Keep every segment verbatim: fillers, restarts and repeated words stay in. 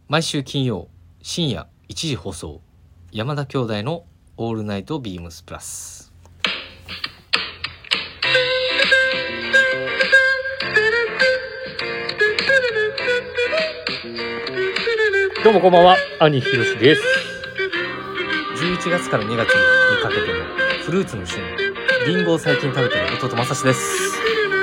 毎週金曜深夜いちじ放送、山田兄弟のオールナイトビームスプラス。 どうもこんばんは、兄ひろしです。 じゅういちがつからにがつにかけてのフルーツの旬、リンゴを最近食べてる弟まさしです。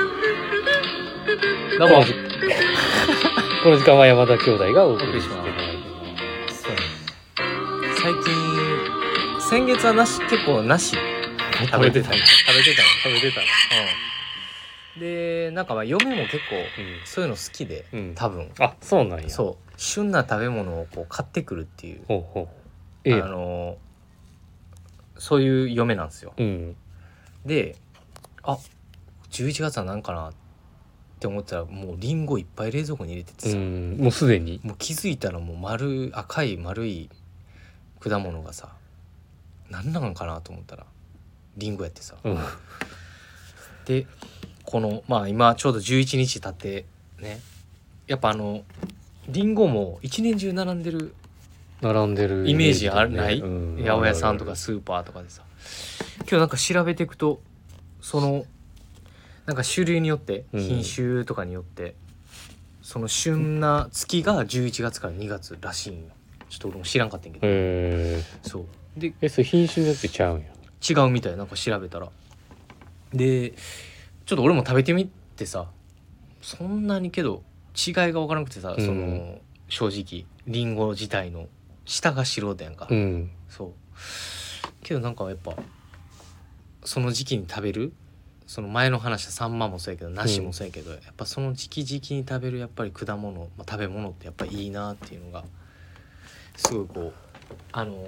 どうも。 この時間は山田兄弟がお送りしてまいります。 最近先月はなし、結構なし食べてた食べてた食べてた食べてたの。 うん、でなんかまあ嫁も結構うんそういうの好きで、 うん、 多分あ、そうなんや。 そう旬な食べ物をこう買ってくるっていう、 ほうほう、ええ、 あのそういう嫁なんですよ。 うん、 で、あ、じゅういちがつは何かなって思ったら、もうリンゴいっぱい冷蔵庫に入れててさ、 うん、もうすでにもう気づいたらもう丸赤い丸い果物がさ、何なのかなと思ったらリンゴやってさ、 うん、 でこのまあ今ちょうどじゅういちにち経ってね、やっぱあのリンゴも一年中並んでる並んでるイメージあるない、 うん、 八百屋さんとかスーパーとかでさ、今日なんか調べていくと、そのなんか種類によって品種とかによって、うん、その旬な月がじゅういちがつからにがつらしいんよ。ちょっと俺も知らんかったんけど、 へー、 そうで、 え、それ品種によってちゃうんや。 違うみたい、なんか調べたら。でちょっと俺も食べてみてさ、そんなにけど違いが分からなくてさ、うん、その正直リンゴ自体の下が白だやんか、 うん、 そうけどなんかやっぱその時期に食べる、その前の話したサンマもそうやけど梨もそうやけど、うん、やっぱその時期時期に食べるやっぱり果物、まあ、食べ物ってやっぱいいなっていうのがすごいこう、あの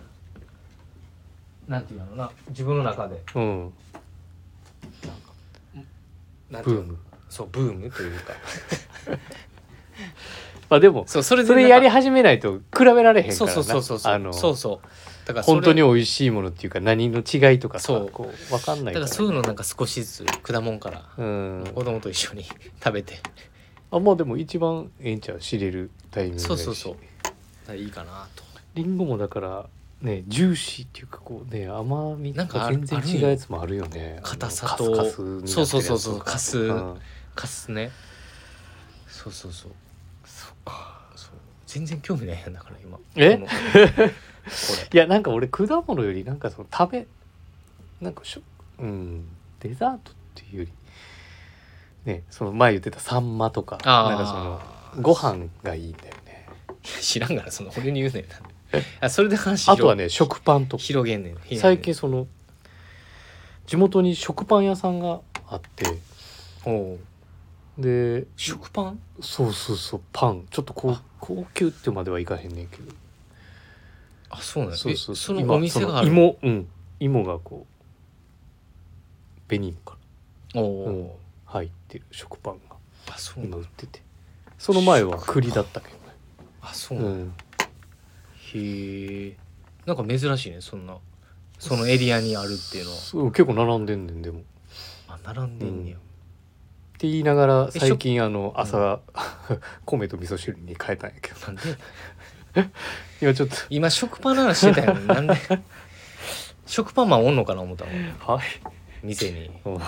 なんていうのな、自分の中で、 うん、 なんていうの、ブーム、そうブームというかまあでも そ, そ, れそれやり始めないと比べられへんからな。 そうそうそうそう、あのそうそうだから本当に美味しいものっていうか何の違いとかさ、 そうこう分かんないから、ね、 だからそういうのなんか少しずつ果物から、うん、子供と一緒に食べて、 あ、まあでも一番ええんちゃう、知れるタイミングだし、 そうそうそういいかなと。 リンゴもだからね、ジューシーっていうかこうね、甘みが全然違うやつもあるよね。 硬さとカスカスになってるやつとか、 そうそうそうそう、カス、うん、カスね、そうそうそう、 そうか、 そう全然興味ないやんだから今。 えこれいやなんか俺果物よりなんかその食べなんかしょ、うん、デザートっていうよりね、その前言ってたサンマとか、なんかそのご飯がいいんだよね。 知らんからその俺に言うねんあ、それで話あとはね、食パンとか広げんねん。 最近その地元に食パン屋さんがあって、おで食パン、 そうそうそう、パンちょっとこう高級ってまではいかへんねんけど、 あ、そうなんです。 そうそうそう、 そのお店がある。 芋、うん、芋がこう紅芋からおお、うん、 入ってる食パンが、 あ、そう今売ってて、その前は栗だったけどね。 あ、そうなん、うん、へえ、なんか珍しいね、そんなそのエリアにあるっていうのは。 そう結構並んでんねん。でもあ、並んでんねや、うん、 って言いながら最近あの朝、うん、米と味噌汁に変えたんやけど、 なんで今ちょっと今食パンの話してたよねなんで食パンマンおんのかな思ったの、 はい、 店に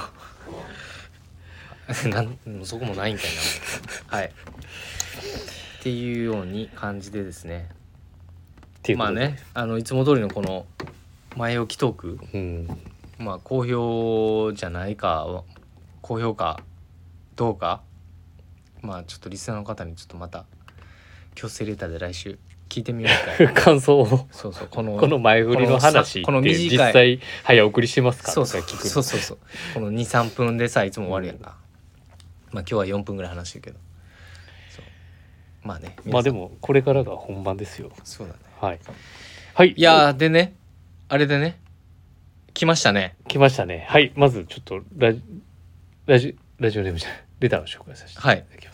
なんそこもないんかいなはいっていうように感じでですね、まあね、あのいつも通りのこの前置きトーク、うん、まあ好評じゃないか好評かどうか、まあちょっとリスナーの方にちょっとまた強制レターで来週聞いてみようか感想を、 そうそう、このこの前振りの話この短い実際早送りしますか、 そうそう聞くそうそうそうこの にさんぷんでさいつも終わるやんか、うん、まあ今日はよんぷんぐらい話してるけど、そうまあね、 まあでもこれからが本番ですよ。 そうだね、 はいはい、 いやでね、あれでね、来ましたね来ましたね。はい、まずちょっとラジラジラジオネームじゃないレターを紹介させていただきます、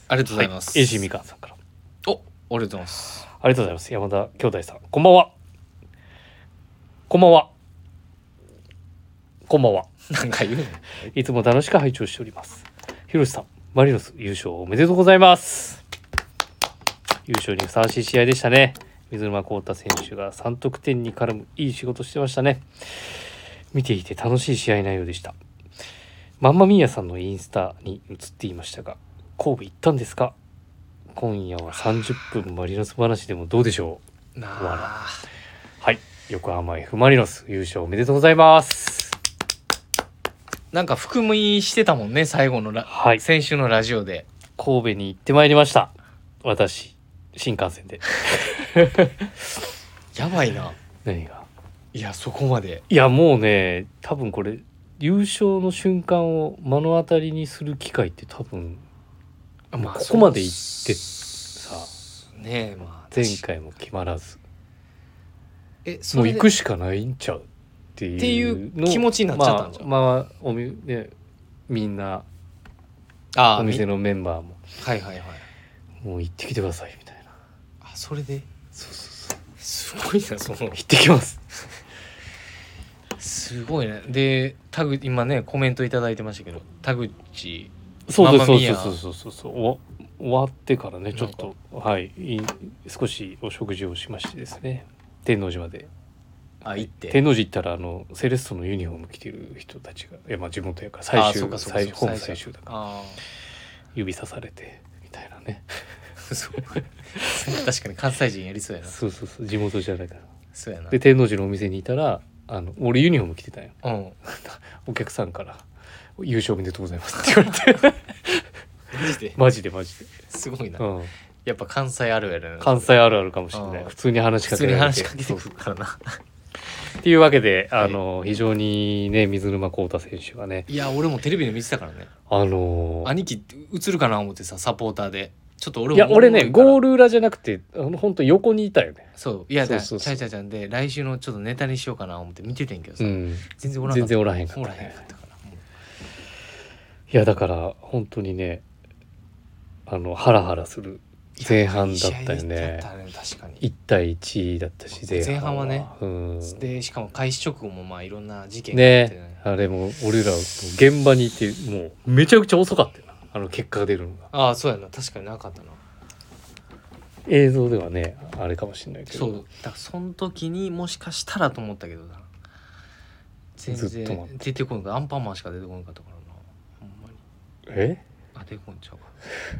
はい、ありがとうございます、 はい、エージー みかんさんから、 お、ありがとうございます。 ありがとうございます。山田兄弟さん、こんばんは。こんばんは。こんばんは。 なんか言うのいつも楽しく拝聴しております。ひろしさん、マリノス優勝おめでとうございます。 優勝にふさわしい試合でしたね。水沼宏太選手がさん得点に絡むいい仕事してましたね。見ていて楽しい試合内容でした。マンマミーヤさんのインスタに映っていましたが、神戸行ったんですか？今夜はさんじゅっぷんマリノス話でもどうでしょう。なあ、はい、横浜 F マリノス優勝おめでとうございます。 なんか含みしてたもんね、最後のラ、はい、先週のラジオで神戸に行ってまいりました。私新幹線でやばいな。 何が？ いやそこまで。 いやもうね、多分これ優勝の瞬間を目の当たりにする機会って多分、まあ、ここまで行ってさねえ、まあ前回も決まらず、 えもう行くしかないんちゃうっていうっていう気持ちになっちゃったんじゃん。 まあ、まあ、おみねみんなあお店のメンバーもはいはいはいもう行ってきてくださいみたいな。 あ、それでそうそうそうすごいな、その行ってきますすごいね。で田口今ねコメントいただいてましたけど、田口そうそうそうそうそうそうそう終わってからねちょっとはい少しお食事をしましてですね、天王寺まであ行って、 天王寺行ったらあのセレッソのユニフォーム着てる人たちが、いやまあ地元やから最終最ホーム最終だから指さされてみたいなねそう確かに関西人やりそうやな。 そうそうそう、地元じゃないから。 そうやな。 で天王寺のお店にいたらあの俺ユニフォーム着てたんよ、 うん、 お客さんから優勝おめでとうございますって言われてマジでマジでマジですごいな、 うん、 やっぱ関西あるある、 関西あるあるかもしれない。普通に話しかけられて、 普通に話しかけてくるからなっていうわけで、あの、はい、非常にね水沼宏太選手がね、 いや俺もテレビで見てたからね、 あのー、 兄貴映るかな思ってさ、サポーターでちょっと俺もいや俺ねゴール裏じゃなくてあの本当横にいたよね。 そういやだちゃいちゃちゃんで来週のちょっとネタにしようかな思って見ててんけどさ、うん、全然おらへん全然おらへんかった、ね、ったからもういやだから本当にねあのハラハラする前半だったよね。 確かにいち対いちだったし前半はね、 うん、 でしかも開始直後もまあいろんな事件があってね、 ね、あれも俺ら現場にいてもうめちゃくちゃ遅かったよな、あの結果が出るのが。 ああそうやな、確かになかったな、 映像ではねあれかもしれないけど、 そうだからその時にもしかしたらと思ったけどな、全然出てこんか、アンパンマンしか出てこなかったからな、ほんまに。 えあ出てこんちゃうか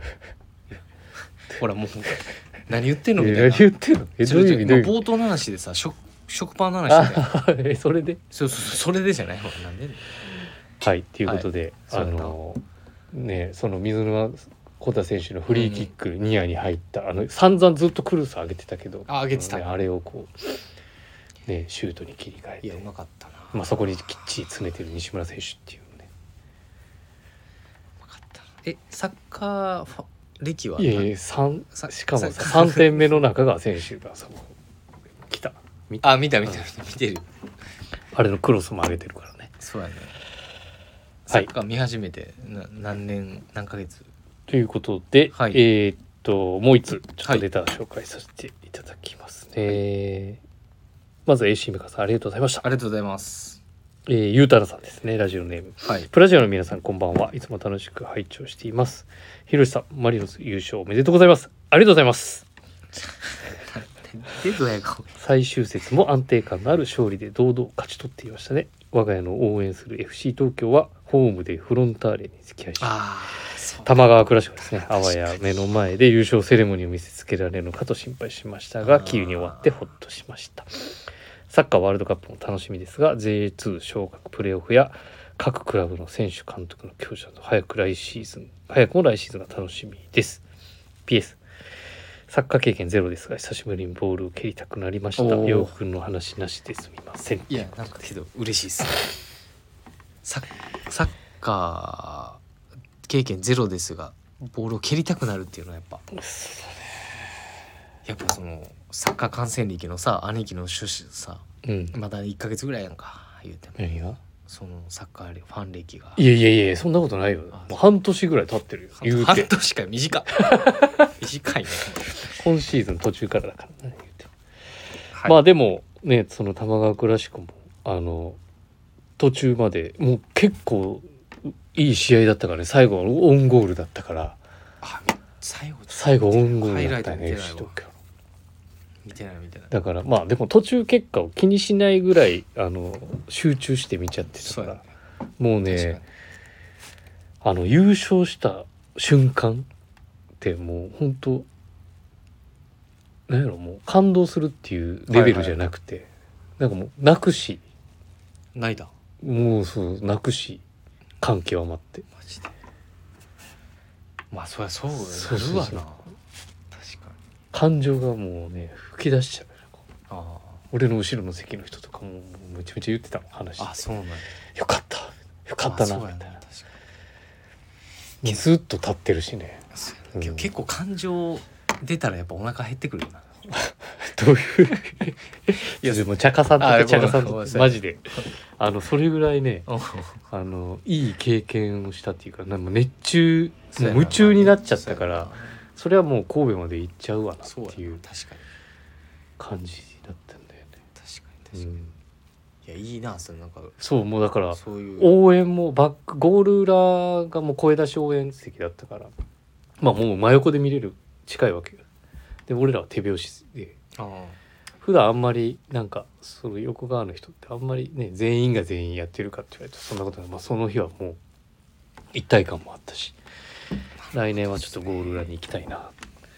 ほらもう何言ってんのみたいな。 何言ってんの？えどういう意味？ 冒頭の話でさ、食食パンの話でえそれでそうそうそうそれでじゃないほらなんではいっていうことで、はい、あのねその水沼宏太選手のフリーキックニアに入った、うん、あの散々ずっとクルース上げてたけど、 あ上げてた、ね、 あれをこうねシュートに切り替えて、 いやうまかったな、 まあ、そこにきっちり詰めてる西村選手っていうね、 うまかった。えサッカーファ歴はいやいやしかもささんてんめの中川選手がさ来た見たあ見た見た見てるあれのクロスも上げてるからね。 そうやね、サッカー見始めてな何年何ヶ月ということで、はい、えー、っともう一つちょっとレター紹介させていただきますね、はい、まず エーシー メカさんありがとうございました。 ありがとうございます。 えー、ゆうたらさんですね、ラジオネーム、はい、プラジオの皆さんこんばんは、いつも楽しく拝聴しています。ひろしさんマリノス優勝おめでとうございます。ありがとうございます最終節も安定感のある勝利で堂々勝ち取っていましたね。我が家の応援する エフシー 東京はホームでフロンターレに突き放し、玉川クラシコですね、あわや目の前で優勝セレモニーを見せつけられるのかと心配しましたが急に終わってほっとしました。サッカーワールドカップも楽しみですが ジェイツー 昇格プレーオフや各クラブの選手監督の強者と早く来シーズン早くも来シーズンが楽しみです。 ピーエス サッカー経験ゼロですが久しぶりにボールを蹴りたくなりました。洋服の話なしですみません。 いやなんかけど嬉しいですサッサッカー経験ゼロですがボールを蹴りたくなるっていうのはやっぱやっぱそのサッカー観戦歴のさ兄貴の趣旨さ、うん、まだいっかげつぐらいやんか言うても。 何がそのサッカーファン歴が。 いやいやいやそんなことないよ。もう半年ぐらい経ってるよ言うて。 半年か短い短いね今シーズン途中からだからね言うて、はい、まあでもねその玉川クラシコもあの途中までもう結構いい試合だったからね、最後はオンゴールだったから。 あ最後最後オウンゴールハイライだったねト見てないわ東京見てない見てない。 だからまあでも途中結果を気にしないぐらいあの集中して見ちゃってたから、 そうやねもう確かにねあの優勝した瞬間ってもう本当なんやろもう感動するっていうレベルじゃなくて、なんかもう泣くし泣いたもうそう泣くし感極まってマジで。まあそりゃそうなそうそうそうるわな。確かに。 感情がもうね吹き出しちゃう。 あ俺の後ろの席の人とかももうめちゃめちゃ言ってたもん話してあそうなんや。 よかったよかったなみたいな、 まあそうやな確かもうずっと立ってるしね。 にそうやな。 うんけど結構感情出たらやっぱお腹減ってくるよな。 どういういやでも茶化さんとあか茶化さんとごめんごめんかマジであのそれぐらいねうんあのいい経験をしたっていうかなんか熱中そうやなもう夢中になっちゃったかそうやらそれはもう神戸まで行っちゃうわなそうやなっていう確かに感じだったんだよね。 確かに確かに、 うん、 いやいいなそれなんかそうもうだからそういう応援もバックゴール裏がもう声出し応援席だったからまあもう真横で見れる近いわけよ。で俺らは手拍子であ普段あんまりなんかその横側の人ってあんまりね全員が全員やってるかって言われるとそんなことない、まあ、その日はもう一体感もあったし来年はちょっとゴール裏に行きたいな。なる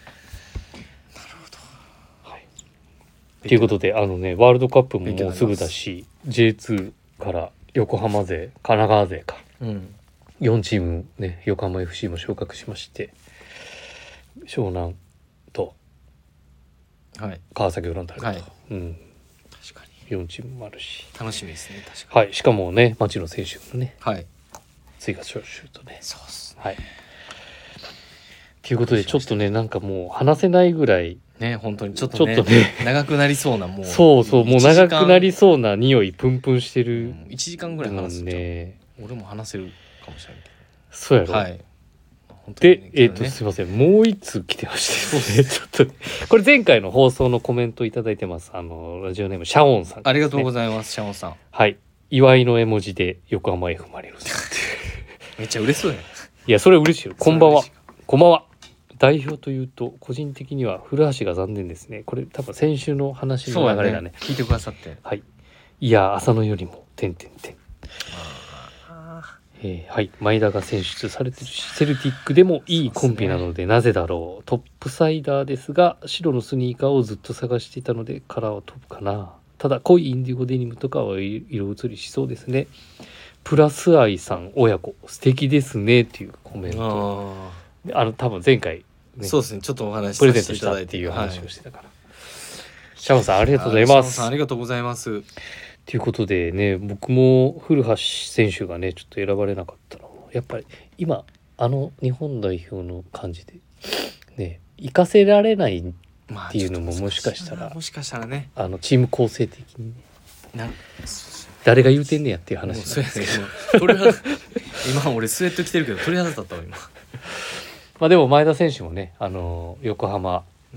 ほど、はい、ということであのねワールドカップももうすぐだし ジェイツー から横浜勢神奈川勢か、 あうんよんチームね横浜 エフシー も昇格しまして湘南とはい川崎フロンターレと、 はいうん、 確かによんチームもあるし、 楽しみですね確かはい、しかもね町野選手のねにはい追加招集とねそうっすはいということでちょっとねなんかもう話せないぐらいね本当にちょっちとねょっとね長くなりそうなもうそうそうもういちじかん長くなりそうな匂いプンプンしてうるんいちじかんぐらい話すもんとね。 俺も話せるかもしれないけそうやろ、 どはい本当にでね、 えっ、と今日ねすいませんもう一通来てましてですねちょっとこれ前回の放送のコメントいただいてます。あのラジオネームシャオンさん、 ありがとうございざいますシャオンさんます。はい祝いの絵文字で横浜 F マリノスっていうめっちゃ嬉しそうやねいやそれ嬉しいよ。こんばんはそれ嬉しいこんばんは。代表というと個人的には古橋が残念ですね。これ多分先週の話そうやの流れだね。 ね聞いてくださってはい。いや朝のよりも点点点。 あえーはい前田が選出されてるしセルティックでもいいコンビなのでなぜだろう。トップサイダーですが白のスニーカーをずっと探していたのでカラーはトップかな。ただ濃いインディゴデニムとかは色移りしそうですね。プラス愛さん親子素敵ですねっていうコメント。 ああの多分前回、ね、 そうですねちょっとお話しプレさせていただいゼントしたってていう話はいをしてたから、シャオンさんありがとうございあシャオンます。 さんありがとうございますということでね僕も古橋選手がねちょっと選ばれなかったのもやっぱり今あの日本代表の感じでね行かせられないまあっていうのももしかしたらちょっと難しいなもしかしたらねあのチーム構成的にねなん誰が言うてんねやっていう話もうなんそうやねですけど今鳥肌今俺スウェット着てるけど鳥肌立ったわ今まあでも前田選手もねあの横浜うん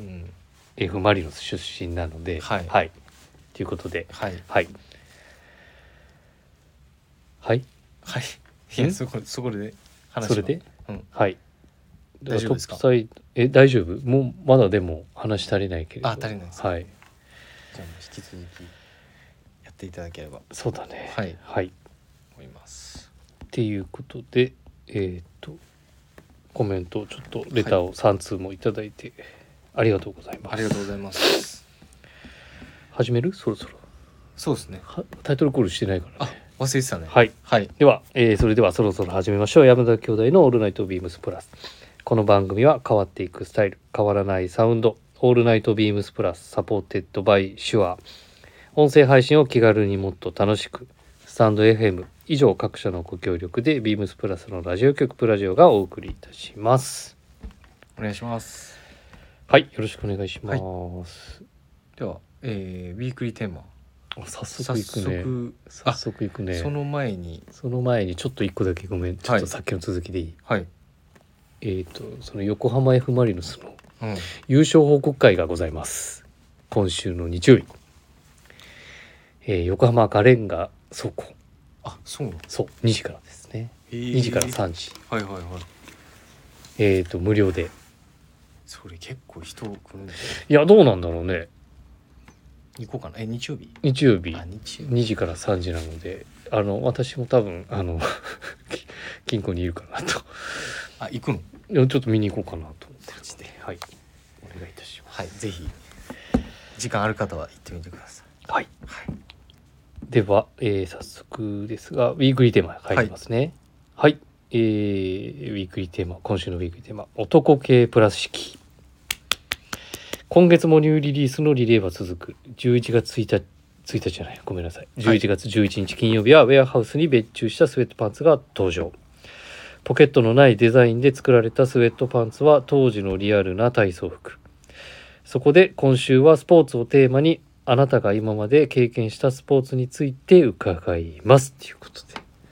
F マリノス出身なのではいはいということではいはいはいはいいやそこそこで話はそれで、 うんはい大丈夫ですかトップサイドえ大丈夫もうまだでも話足りないけれどあ足りないですかはいじゃあもう引き続きやっていただければそうだねはいはい思いますっていうことでえっ、とコメントちょっとレターをさん通もいただいて、ありがとうございます。 ありがとうございます始めるそろそろそうですねはタイトルコールしてないからあね。 忘れてたねはいはいでは、えーそれではそろそろ始めましょう。山田兄弟のオールナイトビームスプラス。この番組は変わっていくスタイル変わらないサウンドオールナイトビームスプラスサポーテッドバイシュア音声配信を気軽にもっと楽しくスタンド エフエム 以上各社のご協力でビームスプラスのラジオ局プラジオがお送りいたします。 お願いしますはいよろしくお願いします、 では、えー、ウィークリーテーマあ早速行くね早早速行くねその前にその前にちょっと一個だけごめんちょっとさっきの続きでいい、 はい、 えっ、とその横浜 F マリノスのうん、 優勝報告会がございます。今週の日曜日、えー、横浜ガレンガ倉庫あそうなのそうにじからですね、 へーにじからさんじはいはいはいえっ、と無料でそれ結構人来るんでいやどうなんだろうね。 行こうかな。え日曜日日曜日あ日曜日にじからさんじなので、あの私も多分あの金庫にいるかなと。 あ行くの。 いやちょっと見に行こうかなと思ってるので、はい、お願いいたします。 はいぜひ時間ある方は行ってみてください。 はい、 はい、 では、えー、早速ですがウィークリーテーマ入りますね。はい、はい、えー、ウィークリーテーマ、今週のウィークリーテーマ、男系プラス式。今月もニューリリースのリレーは続く。じゅういちがつついたちついたちじゃないごめんなさいじゅういちがつじゅういちにち金曜日はウェアハウスに別注したスウェットパンツが登場。ポケットのないデザインで作られたスウェットパンツは当時のリアルな体操服。そこで今週はスポーツをテーマにあなたが今まで経験したスポーツについて伺いますということで。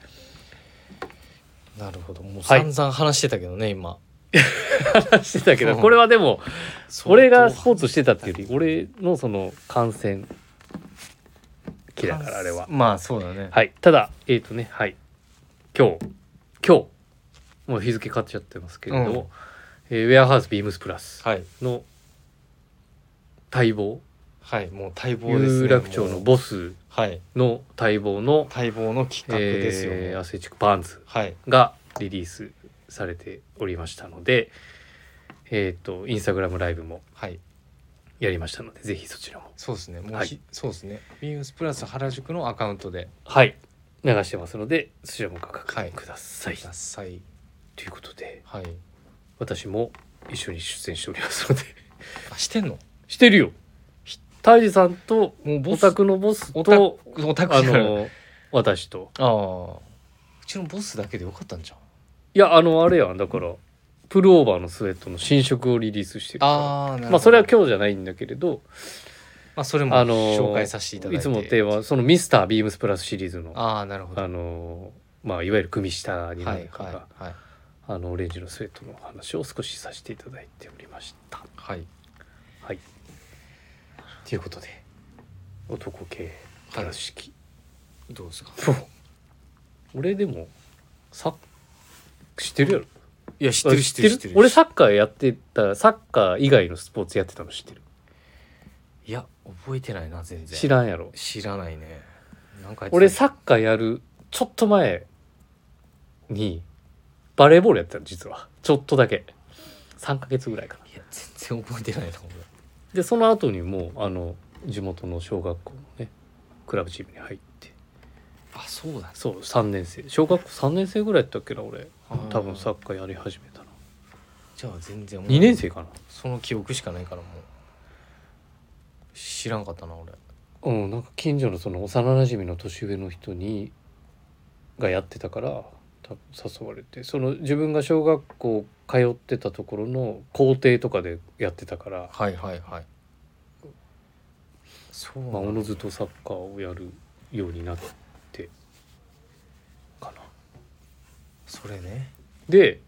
なるほど。もう散々話してたけどね、はい、今話してたけどこれはでも俺がスポーツしてたっていうより俺のその観戦期だからあれはまあそうだね。 はい。ただえっ、ー、とねはい今日今日もう日付変わっちゃってますけれど、うんえー、ウェアハウスビームスプラスの待望、 はい、もう待望ですね。 有楽町のボスの待望の待望の企画ですよ、 えー、アスレチックパンツがリリースされておりましたので、えっ、ー、とインスタグラムライブもやりましたので、はい、ぜひそちらもそうですねもう、はい、そうですねビームスプラス原宿のアカウントではい流してますのでそちらもご確認ください、はい、 くださいということで、 はい、 私も一緒に出演しておりますのであしてんのしてるよ。タイジさんとオタクのボスとオタクあの私とああうちのボスだけでよかったんじゃん。 いやあのあれやんだからプルオーバーのスウェットの新色をリリースしてるからああまあそれは今日じゃないんだけれどまあそれも紹介させていただいていつもテーマそのミスタービームスプラスシリーズのああなるほどあのまあいわゆる組下になるかが、 はいはいはい、 あのオレンジのスウェットの話を少しさせていただいておりましたはいはいということで男系プラス式、 はい、どうですか俺でもサッ知ってるやろ。 いや知ってる知ってる知ってる。 俺サッカーやってたサッカー以外のスポーツやってたの知ってる。 いや覚えてないな全然。 知らんやろ。 知らないね。なんか俺サッカーやるちょっと前にバレーボールやってたの実はちょっとだけさんかげつぐらいかな。 いや全然覚えてないな俺。 でその後にもうあの地元の小学校のねクラブチームに入って。 あそうだそうさんねん生小学校さんねん生ぐらいやったっけな俺多分サッカーやり始めたの。 じゃあ全然にねん生かな。 その記憶しかないからもう知らんかったな俺。うんなんか近所のその幼なじみの年上の人にがやってたから多分誘われてその自分が小学校通ってたところの校庭とかでやってたからはいはいはいそうまあおのずとサッカーをやるようになってかな。 それね。 で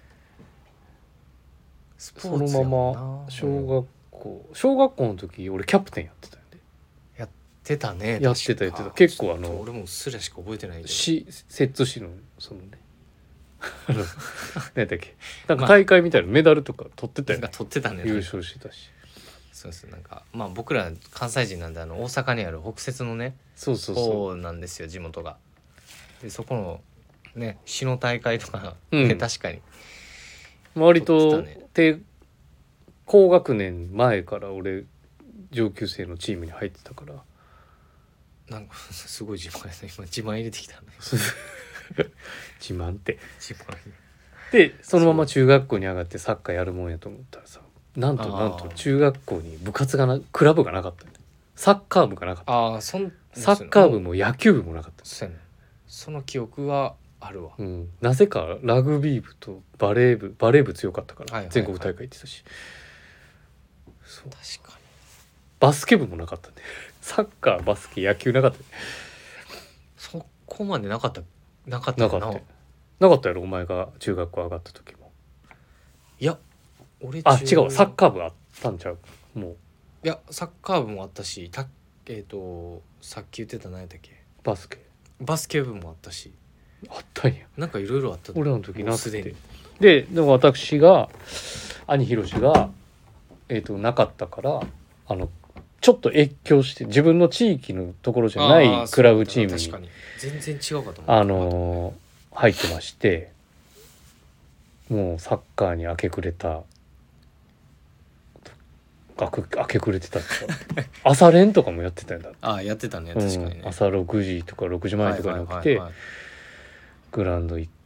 スポーツそのまま小学校、うん、小学校の時俺キャプテンやってたんで。 やってたね。 やってたやってた結構あの俺もうっすらしか覚えてないけどし摂津市のそのね何やったっけなんか大会みたいなメダルとか取ってたよ、 ね、なんか取ってたね。 優勝してたし。 そうですなんかまあ僕ら関西人なんであの大阪にある北摂のねそうそうそう方なんですよ地元が。でそこのね市の大会とか、ねうん、確かに割と低高学年前から俺上級生のチームに入ってたからなんかすごい自慢やね今自慢入れてきたね自慢って自慢でそのまま中学校に上がってサッカーやるもんやと思ったらさなんとなんと中学校に部活がなクラブがなかった、ね、サッカー部がなかった。 ああそんサッカー部も野球部もなかった。 そうやねその記憶はあるわ、 うん、なぜかラグビー部とバレー部バレー部強かったから、はいはいはい、全国大会行ってたしそう確かにバスケ部もなかったねサッカーバスケ野球なかった、ね、 そこまでなかったなかったなかったなかったやろお前が中学校上がった時も。 いや俺あ違うサッカー部あったんちゃうもう。 いやサッカー部もあったしたえっ、ー、とさっき言ってた何やったっけバスケバスケ部もあったしあったんやなんかいろいろあった俺らの時なってすでにででも私が兄ひろしがえー、となかったからあのちょっと越境して自分の地域のところじゃないクラブチームに確かに全然違うかと思うあのー、入ってまして、もうサッカーに明け暮れた明け明け暮れてた朝練とかもやってたんだ。 ああやってたね確かにね、 うん、朝ろくじとかろくじまえとかに起きてグラウンド行って、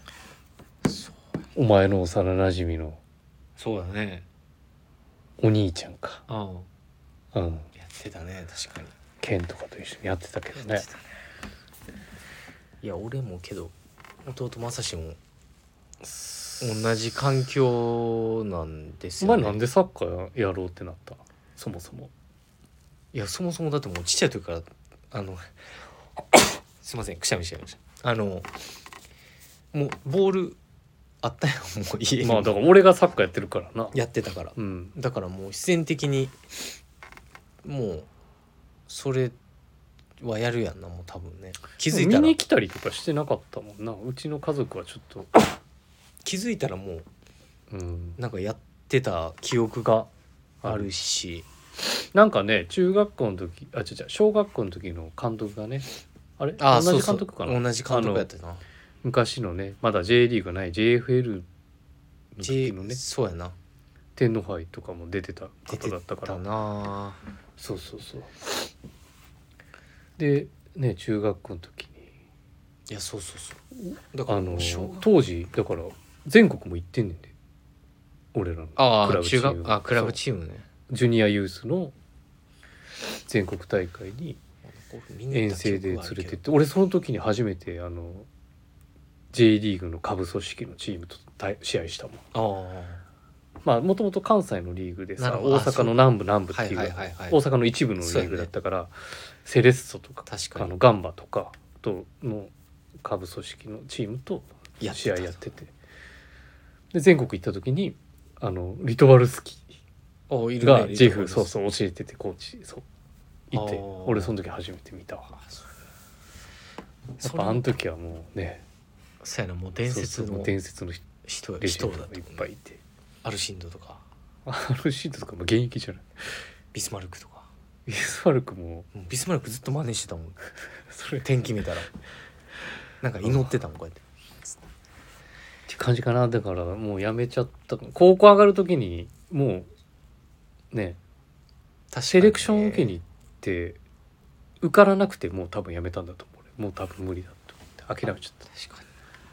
お前の幼なじみのそうだねお兄ちゃんか、 ああ、うん、 やってたね確かにケンとかと一緒にやってたけどね。 ねいや俺もけど弟正志も同じ環境なんですよね。 お前なんでサッカーやろうってなった？そもそも。 いやそもそもだってもうちっちゃい時からあのすいませんくしゃみしちゃいました。あのもうボールあったよもう家に。 まあだから俺がサッカーやってるからな。 やってたから、 うん、 だからもう必然的にもうそれはやるやんなもう多分ね。気づいたら見に来たりとかしてなかったもんな。うちの家族はちょっと気づいたらもう、 うん、 なんかやってた記憶があるし、 なんかね中学校の時あ違う違う小学校の時の監督がねあれあ同じ監督かな。 そうそう同じ監督やってな。 昔のねまだ J リーグない ジェイエフエル の時のね、 J、そうやな天皇杯とかも出てた方だったから。 出てたな。 そうそうそう。でね中学校の時にいやそうそうそうだからあの当時だから全国も行ってんねんで俺らのクラブチーム。 あクラブチームね。 ジュニアユースの全国大会に遠征で連れてって、俺その時に初めてあの J リーグの下部組織のチームと試合したもん。 あまあもともと関西のリーグでさ大阪の南部南部っていう、はいはいはいはい、大阪の一部のリーグだったから、ね、セレッソとかあのガンバとかとの下部組織のチームと試合やってて、で全国行った時にあのリトバルスキーがジェフ、そうそう教えててコーチそういて、俺その時初めて見たわ。やっぱあの時はもうねそうやなもう伝説のそうそう伝説の人レジェンドがいっぱいいて、 アルシンドとかアルシンドとかも現役じゃない。 ビスマルクとかビスマルクもビスマルクずっと真似してたもんそれ天気見たらなんか祈ってたもんこうやってって感じかな。だからもうやめちゃった。高校上がる時にもうねセレクション受けに行って受からなくてもう多分やめたんだと思う。もう多分無理だと思って諦めちゃった。 確か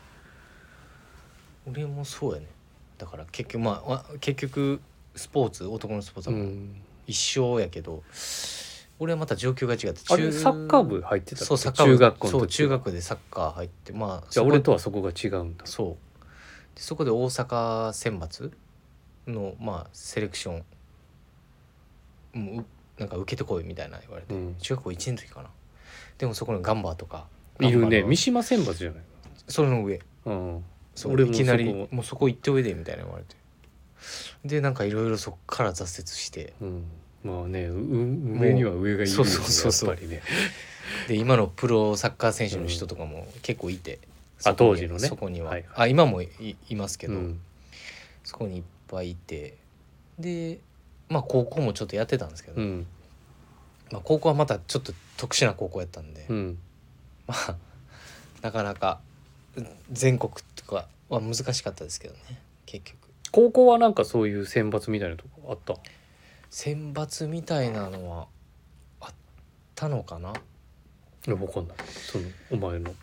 に俺もそうやね。だから結局まあ結局スポーツ男のスポーツは一緒やけど、うん、俺はまた状況が違ってあれサッカー部入ってた。 そうサッカー部中学校の時そう中学でサッカー入ってまあじゃあ俺とはそこが違うんだ。 そうでそこで大阪選抜のまあセレクションもうなんか受けてこいみたいな言われて、うん、中学校いちねんの時かな。でもそこのガンバーとかいるね。三島選抜じゃないそれの上、うん、そう俺もいきなりもうそこ行っておいでみたいな言われて、でなんかいろいろそっから挫折して、うん、 まあね上には上がいるよね、やっぱりね。 で今のプロサッカー選手の人とかも結構いて、 うん、あ当時のねそこには、はいはい、あ今も い, いますけど、うん、そこにいっぱいいて、でまあ高校もちょっとやってたんですけど、うんまあ、高校はまたちょっと特殊な高校やったんで、うん、まあなかなか全国とかは難しかったですけどね結局。 高校はなんかそういう選抜みたいなとこあった？ 選抜みたいなのはあったのかな。 いや分かんない。そのお前の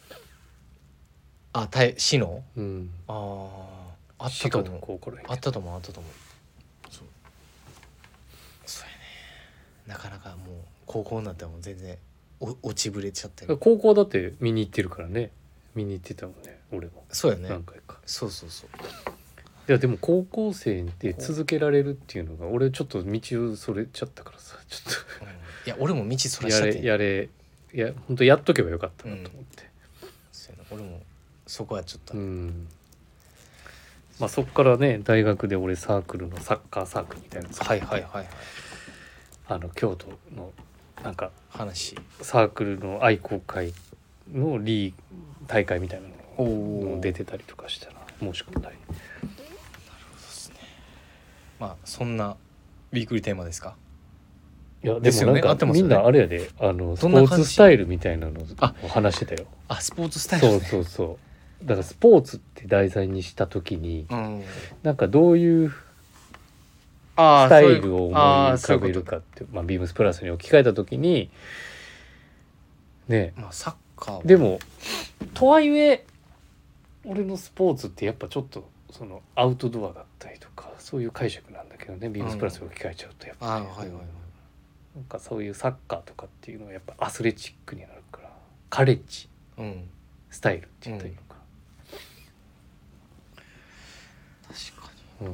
あた市の、 うん、 あああったと思うあったと思うあったと思うそうそうやね。なかなかもう高校になっても全然お落ちぶれちゃってる。 高校だって見に行ってるからね。見に行ってたもんね俺も。 そうやね何回か。 そうそうそう。 いやでも高校生で続けられるっていうのが俺ちょっと道をそれちゃったからさちょっと、うん、いや俺も道そらしちゃってやれやれいや本当やっとけばよかったなと思って、うん、 そうやな俺もそこはちょっと、 うんまあ、そっからね大学で俺サークルのサッカーサークルみたいなのはいはいはいはいあの京都のなんか話サークルの愛好会のリー大会みたいなの出てたりとかしたら申し込んだり。なるほどですね。 まあそんなウィークリーテーマですか。 いやでもなんか、ねね、みんなあれやであのスポーツスタイルみたいなのを話してたよ。 あスポーツスタイル、ね、 そうそうそうだからスポーツって題材にした時に、うん、なんかどういうスタイルを思い浮かべるかってまあ、ビームスプラスに置き換えた時にね、 まあ、サッカーでもとはいえ俺のスポーツってやっぱちょっとそのアウトドアだったりとかそういう解釈なんだけどね、ビームスプラスに置き換えちゃうとやっぱり、ね、うん、はいはいはい、なんかそういうサッカーとかっていうのはやっぱアスレチックになるからカレッジ、うん、スタイルって言ったらいいのか、 うん、確かに、うん、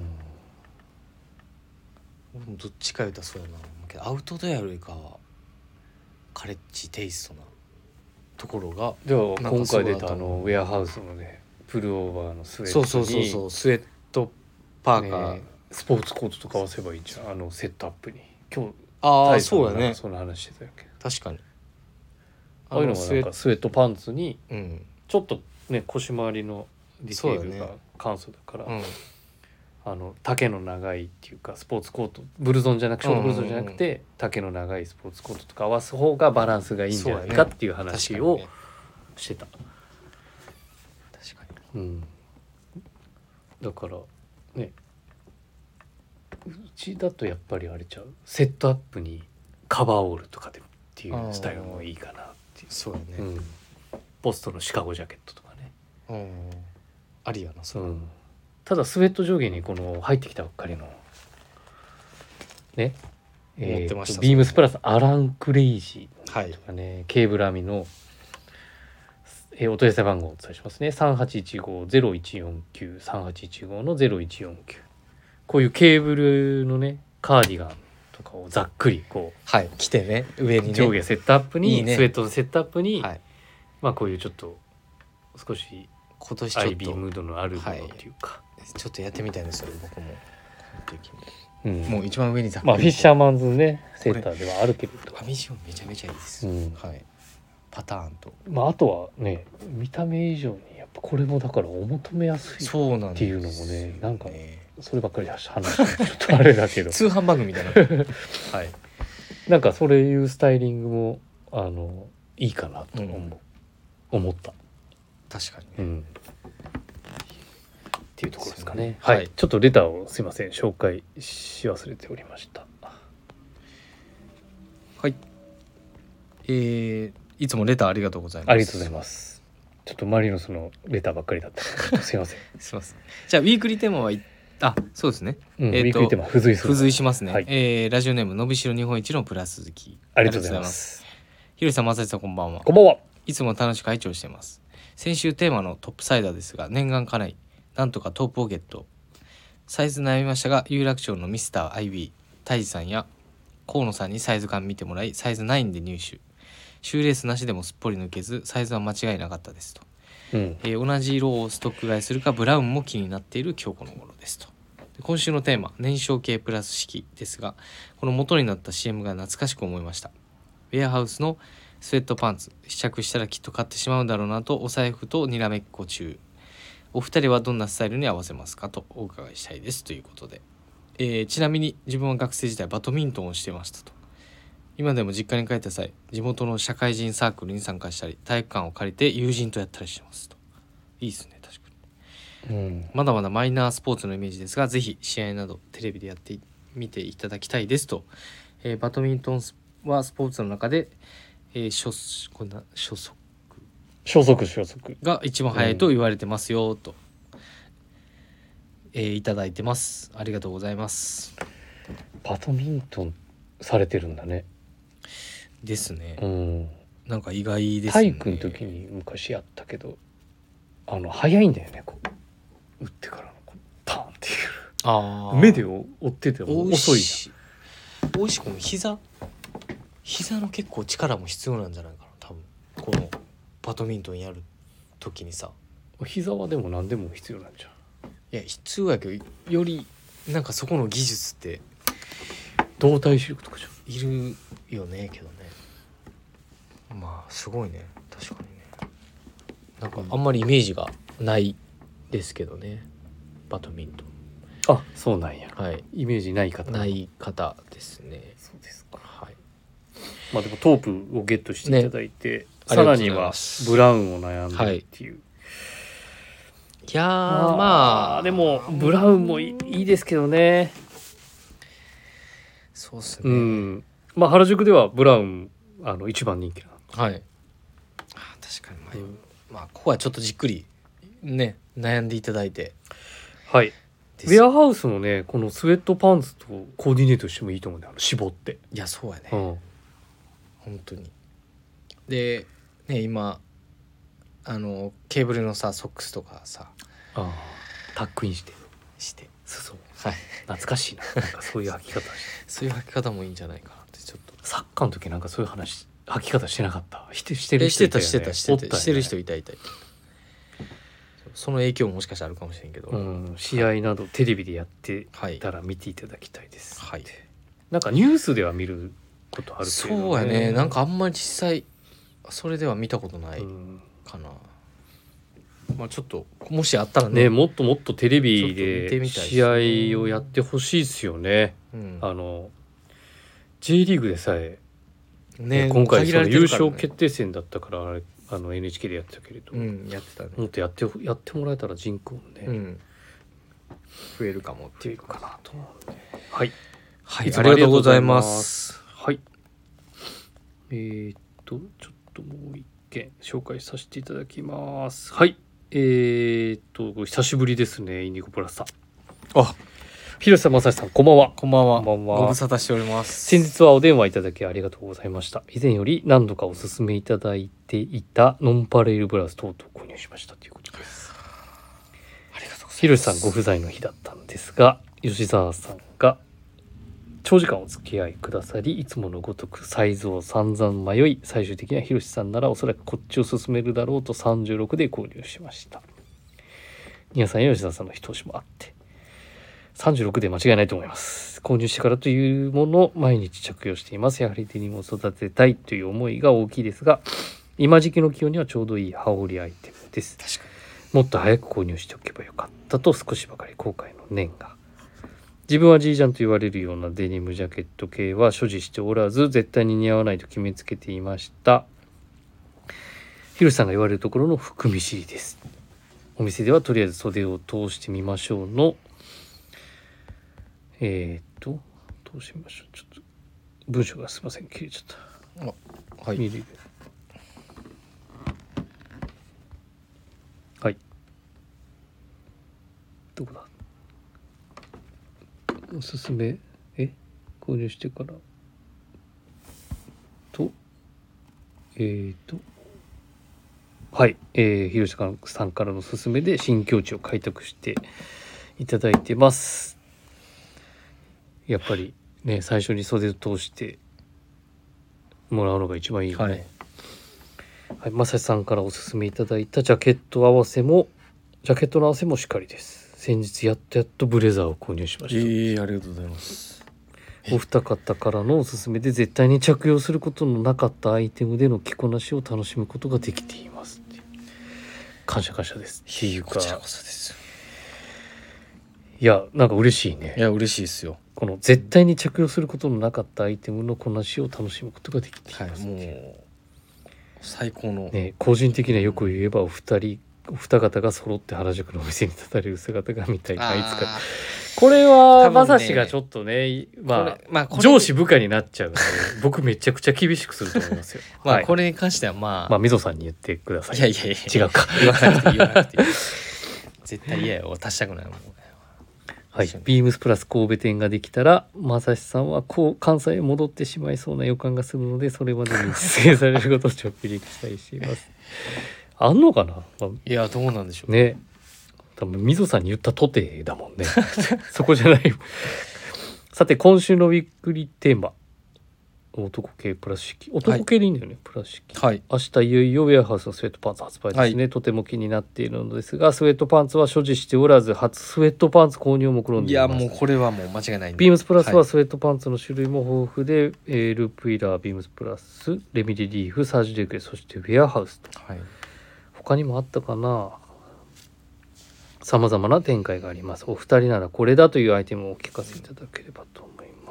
俺もどっちか言うたらそうやなけどアウトドアよりかはカレッジテイストなところがでは今回出たあのウェアハウスのねプルオーバーのスウェットにそうそうそうそうスウェットパーカー、 ね、スポーツコートとか合わせばいいじゃんあのセットアップに今日ああそうだねその話してたわけ確かにああいうのがなんかスウェットパンツにちょっとね腰回りのディテールが簡素だから、ねうん、あの丈の長いっていうかスポーツコートブルゾンじゃなくショートブルゾンじゃなくて、うんうんうん、丈の長いスポーツコートとか合わす方がバランスがいいんじゃないかっていう話をしてた。 確かに、うん、 だからねうちだとやっぱりあれちゃうセットアップにカバーオールとかでっていうスタイルもいいかなっていうそうだね、うん、 ポストのシカゴジャケットとかね、 うん、ありやなそれ、うん、 ただスウェット上下にこの入ってきたばっかりのねえー、とビームスプラスアランクレイジーとかね、はい、ケーブル編みの、えー、お問い合わせ番号をお伝えしますね さんはちいちご ゼロいちよんきゅう さんはちいちご の ゼロいちよんきゅうこういうケーブルのねカーディガンとかをざっくりこう、 はい、着てね上にね上下セットアップにいい、ね、スウェットのセットアップに、はい、まあこういうちょっと少し今年ちょっとアイビー ムードのあるものっていうか、 はい、ちょっとやってみたいんですよ僕も、うん、もう一番上にざっくりまあフィッシャーマンズねセーターではあるけれど編み地もめちゃめちゃいいです、うんはい、パターンとまああとはね見た目以上にやっぱこれもだからお求めやすいっていうのもねなんかそればっかり話してちょっとあれだけど通販番組みたいなはいなんかそれいうスタイリングもあのいいかなと思う、うん、思った確かにね、 うん、っていうところですかね、はい、はい、ちょっとレターをすいません紹介し忘れておりました。 はいえー、いつもレターありがとうございます。 ありがとうございます。ちょっとマリノスのレターばっかりだったのですいませんすいません。じゃあウィークリーテーマはあそうですね、 うん、えー、ウィークリーテーマ付随する付随しますね、はいえー、ラジオネームのびしろ日本一のプラス好きありがとうございます。 ひろしさんまさしさんこんばんは。 こんばんは。 いつも楽しく拝聴しています。先週テーマのトップサイダーですが念願かないなんとかトープをゲット。サイズ悩みましたが有楽町のミスター アイビー タイジさんや河野さんにサイズ感見てもらいサイズナインで入手。シューレースなしでもすっぽり抜けずサイズは間違いなかったですと、うんえー、同じ色をストック買いするかブラウンも気になっている今日この頃ですと。で今週のテーマ燃焼系プラス式ですがこの元になった シーエム が懐かしく思いました。ウェアハウスのスウェットパンツ試着したらきっと買ってしまうんだろうなとお財布とにらめっこ中。お二人はどんなスタイルに合わせますかとお伺いしたいですということで、えー、ちなみに自分は学生時代バドミントンをしてましたと。今でも実家に帰った際地元の社会人サークルに参加したり体育館を借りて友人とやったりしますと。いいですね確かに、うん、まだまだマイナースポーツのイメージですがぜひ試合などテレビでやってみていただきたいですと、えー、バドミントンはスポーツの中で、えー、初こんな初速初速初速が一番速いと言われてますよと、うんえー、いただいてます。ありがとうございます。 バドミントンされてるんだね。 ですね、 うん、 なんか意外ですね。 体育の時に昔やったけどあの速いんだよねこう打ってからのこうパーンっていうあ目で追ってても遅いじゃん。おいしくも膝膝の結構力も必要なんじゃないかな多分このバドミントンやる時にさ。 膝はでも何でも必要なんじゃん。 いや必要やけどよりなんかそこの技術って動体視力とかじゃんいるよねけどね。まあすごいね確かにね。なんかあんまりイメージがないですけどねバドミントン。 あ、そうなんや。 はい、 イメージない方。 ない方ですね。 そうですか。 はい。 まあでもトープをゲットしていただいて、 ね、 さらにはブラウンを悩んでるっていう。はい、 いやーまあでもブラウンもいいですけどね。 そうっすね。 うん。まあ原宿ではブラウンあの一番人気なんです。 はい。あ、確かにまあ、うん、まあここはちょっとじっくりね悩んでいただいて。 はい。ウェアハウスのねこのスウェットパンツとコーディネートしてもいいと思うんだよ。絞って。 いやそうやね。 うん、 本当に。でね今あのケーブルのさソックスとかさ、 あタックインしてしてそう、 はい、 懐かしいな。なんかそういう履き方そういう履き方もいいんじゃないかなってちょっと。 サッカーの時なんかそういう話履き方してなかった。してしてる人いたよね。してたしてたしてた、 ね、 してる人いたいたいた。その影響ももしかしたらあるかもしれんけど、 うん、試合などテレビでやってたら見ていただきたいです。 はい。 なんかニュースでは見ることあるけど、ね、 そうやね。なんかあんまり実際それでは見たことないかな。うん、まあちょっともしあったらね、 ねもっともっとテレビで試合をやってほしいですよね。うん、あの J リーグでさえ、ね、今回その優勝決定戦だったからあれあの エヌエイチケー でやってたけれど、うん、やってたね。もっとやってやってもらえたら人口もね、うん、 増えるかもっていうかなと思う、ね、はい、 はい、ありがとうございます。 はい、えー、っとちょっともう一件紹介させていただきます。はい、えー、っと久しぶりですね、インディゴプラスさん。あ、広瀬正さん、こんばんは。 こんばんは。ご無沙汰しております。 先日はお電話いただきありがとうございました。以前より何度かお勧めいただいていたノンパレールブラウス等々購入しましたということです。 ありがとうございます。 広瀬さんご不在の日だったんですが、吉沢さんが長時間お付き合いくださり、いつものごとくサイズを散々迷い、最終的には広瀬さんならおそらくこっちを勧めるだろうとさんじゅうろくで購入しました。皆さんや吉沢さんの一押しもあってさんじゅうろくで間違いないと思います。購入してからというもの毎日着用しています。やはりデニムを育てたいという思いが大きいですが、今時期の気温にはちょうどいい羽織アイテムです。 確かにもっと早く購入しておけばよかったと少しばかり後悔の念が。自分はジージャンと言われるようなデニムジャケット系は所持しておらず、絶対に似合わないと決めつけていました。広瀬さんが言われるところの含み知りです。お店ではとりあえず袖を通してみましょうのえー、っとどうしましょう。ちょっと文章がすいません切れちゃった。あ、はい。はい。どこだ。おすすめえ購入してからとえー、っとはい、えー、広瀬さんからのすすめで新境地を開拓していただいてます。やっぱりね最初に袖を通してもらうのが一番いいよね。はい、はい、正志さんからおすすめいただいたジャケット合わせもジャケットの合わせもしっかりです。先日やっとやっとブレザーを購入しました。 えー、ありがとうございます。 お二方からのおすすめで絶対に着用することのなかったアイテムでの着こなしを楽しむことができていますっていう。感謝感謝です。 っていうかこちらこそです。 いやなんか嬉しいね。 いや嬉しいですよ。 この絶対に着用することのなかったアイテムのこなしを楽しむことができています、 はい、もう最高の、 ね、個人的にはよく言えばお二人お二方が揃って原宿のお店に立たれる姿が見たいな。いつかこれはまさしがちょっとね、まあ、まあ、上司部下になっちゃうので僕めちゃくちゃ厳しくすると思いますよ。 まあ、はい、これに関してはまあまあみぞさんに言ってください。 いやいやいや違うか言わなくて言わなくていい絶対嫌よ足したくないもん。 はい、ビームスプラス神戸店ができたら正志さんはこう関西へ戻ってしまいそうな予感がするので、それまでに実現されることをちょっぴり期待していますあんのかな、まあ、 いやどうなんでしょうね。多分みぞさんに言ったとてだもんねそこじゃないさて今週のウィークリーテーマ、男系プラス式、男系でいいんだよね、はい、プラス式、はい、明日いよいよウェアハウスのスウェットパンツ発売ですね、はい、とても気になっているのですがスウェットパンツは所持しておらず初スウェットパンツ購入を目論んでいます。 いやもうこれはもう間違いないんで、 ビームスプラスはスウェットパンツの種類も豊富で、はい、えー、ループイラー、ビームスプラス、レミリリーフ、サージデグレ、そしてウェアハウスと、はい、他にもあったかな。 さまざまな展開があります。お二人ならこれだというアイテムをお聞かせいただければと思います。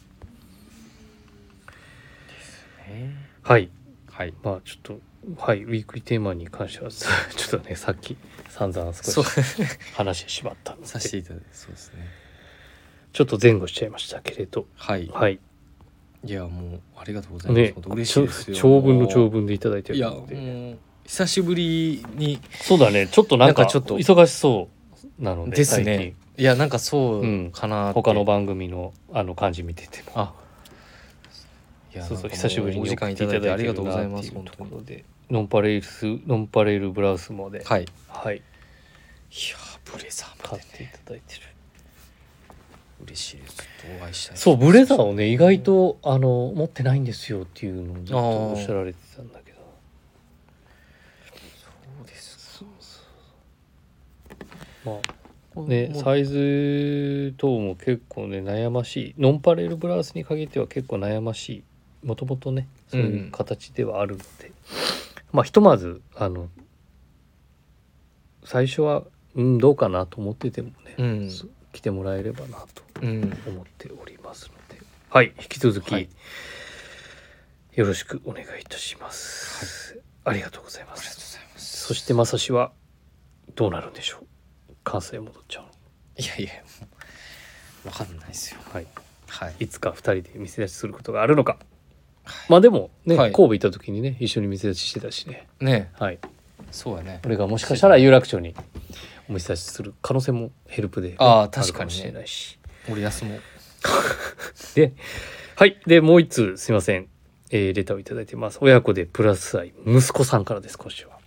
ね、 はいはい、 まあちょっとはいウィークリーテーマに関してはちょっとねさっき散々少し話してしまったのでさせていただいて、そうですね、 ちょっと前後しちゃいましたけれど、 はいはい、 いやもうありがとうございます、ね、嬉しいですよ。 長文の長文でいただいてるので、いやもう久しぶりに、 そうだね、ちょっとなんかちょっと忙しそうなのでですね。いやなんかそうかな、 うん、他の番組のあの感じ見てても、 あ、いやそうそう久しぶりにお時間いただいてありがとうございます。本当にノンパレルスノンパレルブラウスもで、 はいはい、いやブレザー買っていただいてる、 嬉しいです。ちょっとお会いしたい。 そうブレザーをね意外とあの持ってないんですよっていうのをずっとおっしゃられてたんだけど、 そうですか。 まあね、サイズ等も結構ね悩ましい、ノンパレルブラウスに限っては結構悩ましい、もともとねそういう形ではあるので、うん、まあひとまずあの最初は、うん、どうかなと思っててもね、うん、来てもらえればなと思っておりますので、うん、はい引き続き、はい、よろしくお願いいたします、はい、ありがとうございます。ありがとうございます。そしてまさしはどうなるんでしょう、関西戻っちゃうの。 いやいや分かんないですよ。はい、 はい、いつかふたりで店出しすることがあるのか、はい、まあでもね、はい、神戸行った時にね一緒に店出ししてたしね。 ね、 はい、 そうやね。 俺がもしかしたら有楽町にお店出しする可能性もヘルプで、ね、 ああ確かに、ね、 あるかもしれないし、 俺休もうで、はいでもう一通すいません、えー、レターをいただいてます。親子でプラス愛息子さんからです。今週は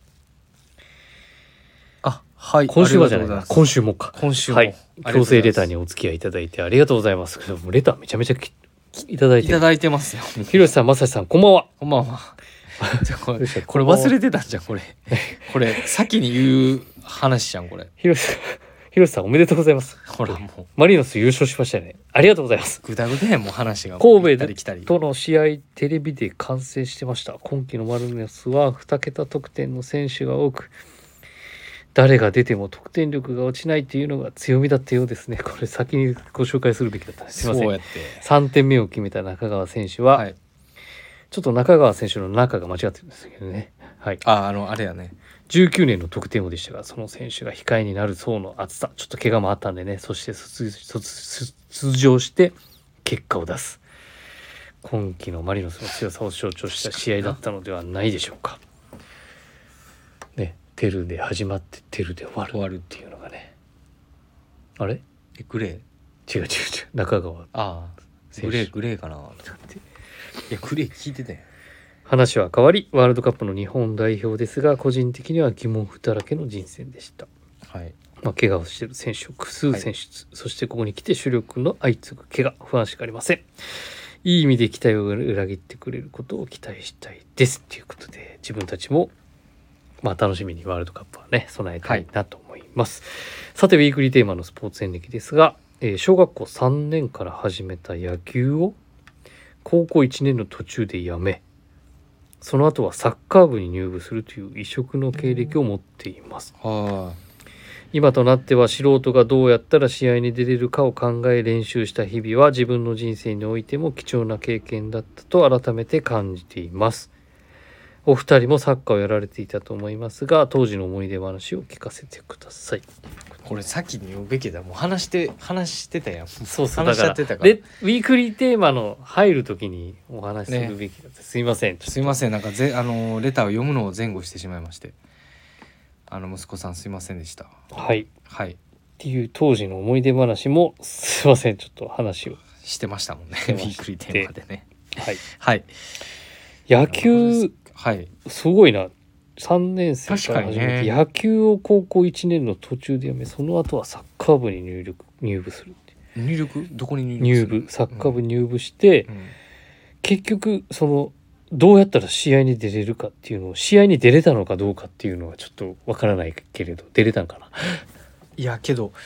あはい、 今週はじゃないな、今週もか。 今週も、 はい、強制レターにお付き合いいただいてありがとうございます。もうレターめちゃめちゃいただいていただいてますよ。 ひろしさん、まさしさん、こんばんは。 こんばんは。じゃこれこれ忘れてたんじゃんこれ。これ先に言う話じゃんこれ。 ひろしさん、ひろしさんおめでとうございます。 ほらもうマリノス優勝しましたね。ありがとうございます。 ぐだぐだやもう話が。 神戸との試合テレビで観戦してました。今季のマリノスはに桁得点の選手が多く、誰が出ても得点力が落ちないっていうのが強みだったようですね。これ先にご紹介するべきだったんです。すいません。 そうやってさんてんめを決めた中川選手は、はい、ちょっと中川選手の中が間違ってるんですけどね。はい。 ああのあれやね。 じゅうきゅうねんの得点王でしたが、その選手が控えになる層の厚さ、ちょっと怪我もあったんでね、そして出場して結果を出す。今季のマリノスの強さを象徴した試合だったのではないでしょうか。ね、テルで始まってテルで終わる終わるっていうのがね。あれ？ えグレー？違う違う違う。中川。 ああ。グレーグレーかな。いやグレー聞いてたよ。 話は変わりワールドカップの日本代表ですが、個人的には疑問符だらけの人選でした。 はい。 まあ、怪我をしている選手を複数選出、はい、そしてここに来て主力の相次ぐ怪我、不安しかありません。いい意味で期待を裏切ってくれることを期待したいですということで、自分たちもまあ楽しみにワールドカップはね備えたいなと思います。はい、さてウィークリーテーマのスポーツ演劇ですが、えー、小学校さんねんから始めた野球を高校いちねんの途中でやめ、その後はサッカー部に入部するという異色の経歴を持っています。はあ、今となっては素人がどうやったら試合に出れるかを考え練習した日々は自分の人生においても貴重な経験だったと改めて感じています。お二人もサッカーをやられていたと思いますが、当時の思い出話を聞かせてください。 これ先に言うべきだ。もう話して話してたやん。 そうそう、話しちゃってたから。でウィークリーテーマの入る時にお話しするべきだった、ね、すいませんすいませんなんかぜあのレターを読むのを前後してしまいまして、あの息子さんすいませんでした。 はいはいっていう当時の思い出話もすいませんちょっと話をしてましたもんね。ウィークリーテーマでね。 はいはい。 野球はいすごいな。さんねん生から始めて、ね、野球を高校いちねんの途中でやめ、その後はサッカー部に入力入部するって。 入力どこに入力する？入部サッカー部に入部して、うんうん、結局そのどうやったら試合に出れるかっていうのを、試合に出れたのかどうかっていうのはちょっとわからないけれど出れたんかな。 いやけど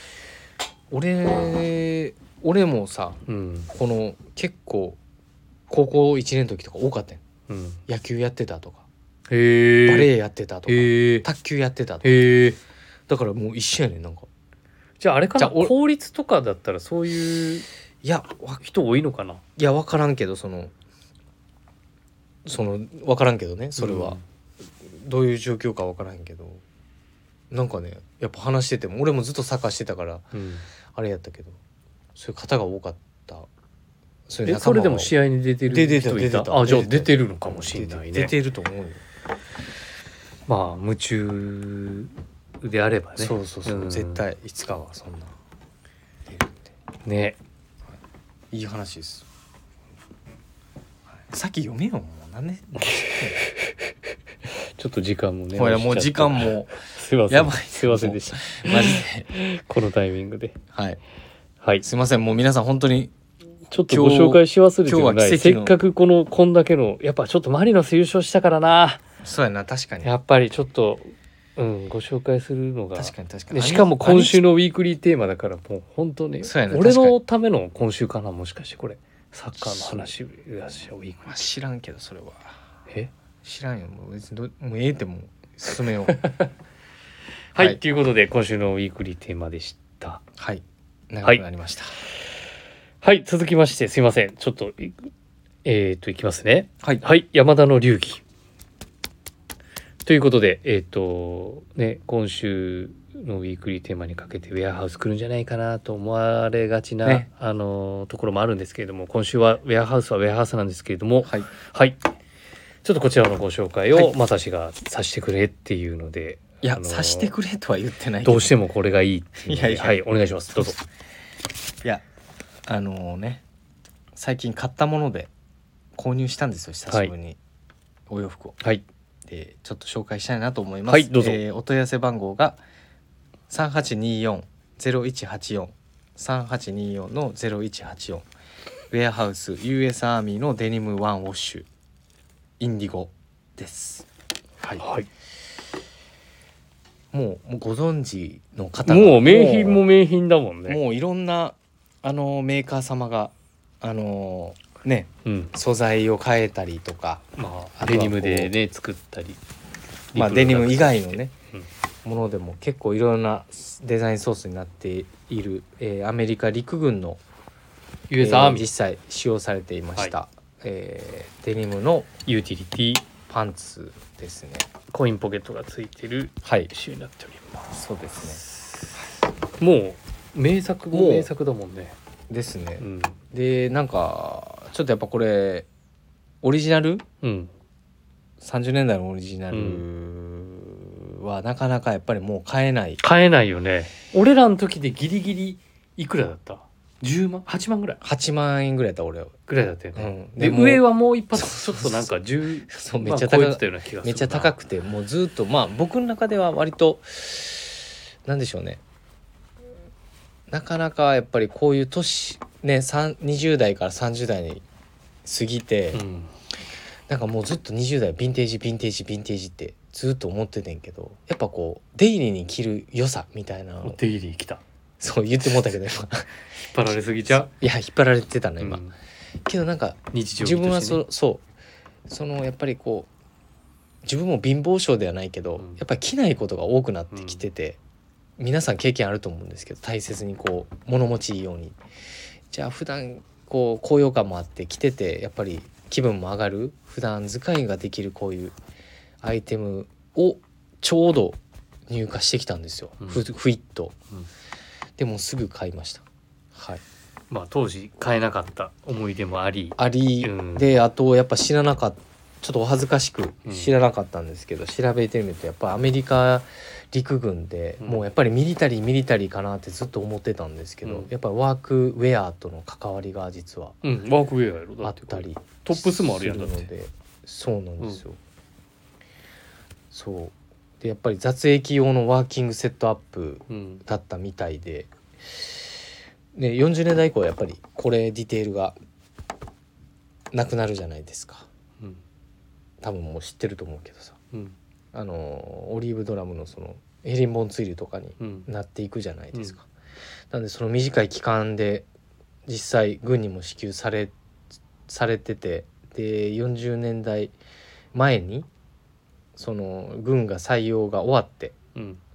俺俺もさ、うん、この結構高校いちねんの時とか多かったよ、うん、野球やってたとか、 へーバレーやってたとか、卓球やってたとか、 へだからもう一緒やねんなんか。 じゃああれかな、公立とかだったらそういういや人多いのかな。 いや分からんけどそのその分からんけどねそれは、うん、どういう状況か分からんけどなんかねやっぱ話してても俺もずっとサッカーしてたから、うん、あれやったけどそういう方が多かった。 それそれでも試合に出てる人いた。あ、じゃあ出てるのかもしれないね。 出てると思うよ。 まあ夢中であればね。 そうそうそう、うん、絶対いつかはそんな出るってね、 いい話です。さっき読めよもうなんでちょっと時間もね。 ほらもう時間もすいません。 やばいすいませんでした。マジでこのタイミングで。 はいはい。 すいませんもう皆さん本当に。 ちょっとご紹介し忘れてもない。せっかくこのこんだけのやっぱちょっとマリノス優勝したからな。 そうやな確かに。 やっぱりちょっと、うん、ご紹介するのが確かに確かに。 しかも今週のウィークリーテーマだからもう本当に俺のための今週かなもしかしてこれサッカーの話やしウィークリー、 まあ、知らんけどそれは。 え知らんよもう別にどもうええってもう進めよう。 はい、はい、ということで今週のウィークリーテーマでした。 はい長くなりました。 はいはい、続きましてすいませんちょっとえっ、ー、といきますね。 はい、 はい、山田の流儀ということでえっ、ー、とね今週のウィークリーテーマにかけてウェアハウス来るんじゃないかなと思われがちな、ね、あのところもあるんですけれども今週はウェアハウスはウェアハウスなんですけれどもはい、 はい、ちょっとこちらのご紹介をまさしがさせてくれっていうので、 いや、あのー、さしてくれとは言ってないけどどうしてもこれがいいっていうのでいやいやはいお願いしますどうぞ。 いやあのね最近買ったもので購入したんですよ久しぶりに、はい、お洋服を、 はい、 でちょっと紹介したいなと思います。 はいどうぞ、 えー、お問い合わせ番号がさんはちにーよん ゼロいちはちよん さんはちにーよんのゼロいちはちよんウェアハウス ユーエス アーミーのデニムワンウォッシュインディゴです。はい、 はい、 もう、もうご存知の方がもう名品も名品だもんね。 もういろんなあのメーカー様があのね、 うん、 素材を変えたりとか、 まあ、デニムでね作ったり、 まあ、デニム以外のね、うん、ものでも結構いろんなデザインソースになっている、えー、アメリカ陸軍のユーエス アーミー、 えー、実際使用されていました、はい、えー、デニムのユーティリティパンツですね。 コインポケットがついてる種類になっております、 はい、そうですね。もう名作も名作だもんね。 ですね、 うん、 でなんかちょっとやっぱこれオリジナル、 うん、 さんじゅうねんだいのオリジナルはなかなかやっぱりもう買えない買えないよね。俺らの時でギリギリいくらだった？じゅうまんはちまんぐらいはちまんえんぐらいだった俺はぐらいだったよね、 うん、 で上はもう一発ちょっとなんかじゅうそうめっちゃ高く、まあ、めっちゃ高くてもうずっとまあ僕の中では割となんでしょうねなかなかやっぱりこういう年ねにじゅう代からさんじゅう代に過ぎて、うん、なんかもうずっとにじゅう代ヴィンテージヴィンテージヴィンテージってずっと思っててんけどやっぱこうデイリーに着る良さみたいなデイリー来たそう言ってもうたけど今引っ張られすぎちゃういや引っ張られてたの今、うん、けどなんか日常、 ね、自分はそそうそのやっぱりこう自分も貧乏症ではないけど、うん、やっぱり着ないことが多くなってきてて、うん、皆さん経験あると思うんですけど大切にこう物持ちいいようにじゃあ普段こう高揚感もあって着ててやっぱり気分も上がる普段使いができるこういうアイテムをちょうど入荷してきたんですよ、うん、フ, フイット、うん、でもすぐ買いました。はい、 まあ当時買えなかった思い出もありあり、うん、であとやっぱ知らなかったちょっとお恥ずかしく知らなかったんですけど、うん、調べてみるとやっぱアメリカ陸軍で、うん、もうやっぱりミリタリーミリタリーかなってずっと思ってたんですけど、うん、やっぱりワークウェアとの関わりが実は、 うん、ワークウェアやろあったりトップスもあるやんだってでそうなんですよ、うん、そうでやっぱり雑役用のワーキングセットアップだったみたいで、うんね、よんじゅうねんだい以降はやっぱりこれディテールがなくなるじゃないですか、うん、多分もう知ってると思うけどさ、うん、あのオリーブドラムのそのヘリンボーンツイルとかになっていくじゃないですか、うん、なんでその短い期間で実際軍にも支給されされててでよんじゅうねんだいまえにその軍が採用が終わって、うん